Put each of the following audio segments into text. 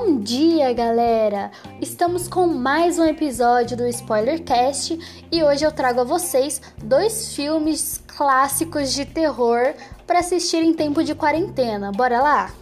Bom dia, galera! Estamos com mais um episódio do Spoilercast e hoje eu trago a vocês 2 filmes clássicos de terror para assistir em tempo de quarentena. Bora lá?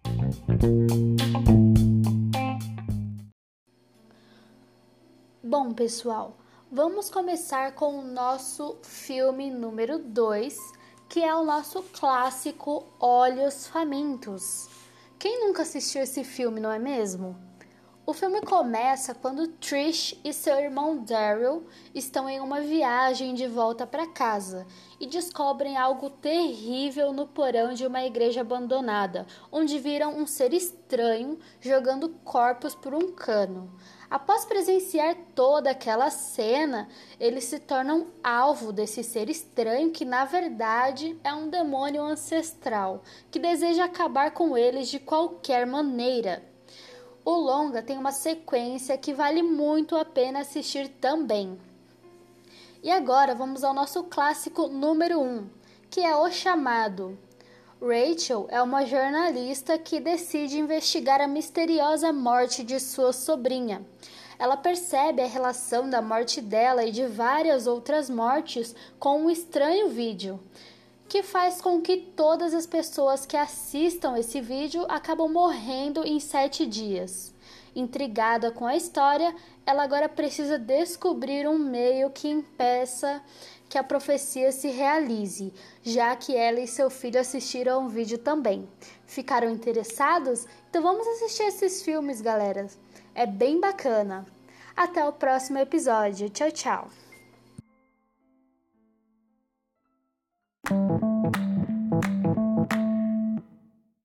Bom, pessoal, vamos começar com o nosso filme número 2, que é o nosso clássico Olhos Famintos. Quem nunca assistiu esse filme, não é mesmo? O filme começa quando Trish e seu irmão Daryl estão em uma viagem de volta para casa e descobrem algo terrível no porão de uma igreja abandonada, onde viram um ser estranho jogando corpos por um cano. Após presenciar toda aquela cena, eles se tornam alvo desse ser estranho que, na verdade, é um demônio ancestral que deseja acabar com eles de qualquer maneira. O longa tem uma sequência que vale muito a pena assistir também. E agora vamos ao nosso clássico número 1, que é O Chamado. Rachel é uma jornalista que decide investigar a misteriosa morte de sua sobrinha. Ela percebe a relação da morte dela e de várias outras mortes com um estranho vídeo, que faz com que todas as pessoas que assistam esse vídeo acabam morrendo em 7 dias. Intrigada com a história, ela agora precisa descobrir um meio que impeça que a profecia se realize, já que ela e seu filho assistiram ao vídeo também. Ficaram interessados? Então vamos assistir esses filmes, galera. É bem bacana. Até o próximo episódio. Tchau, tchau.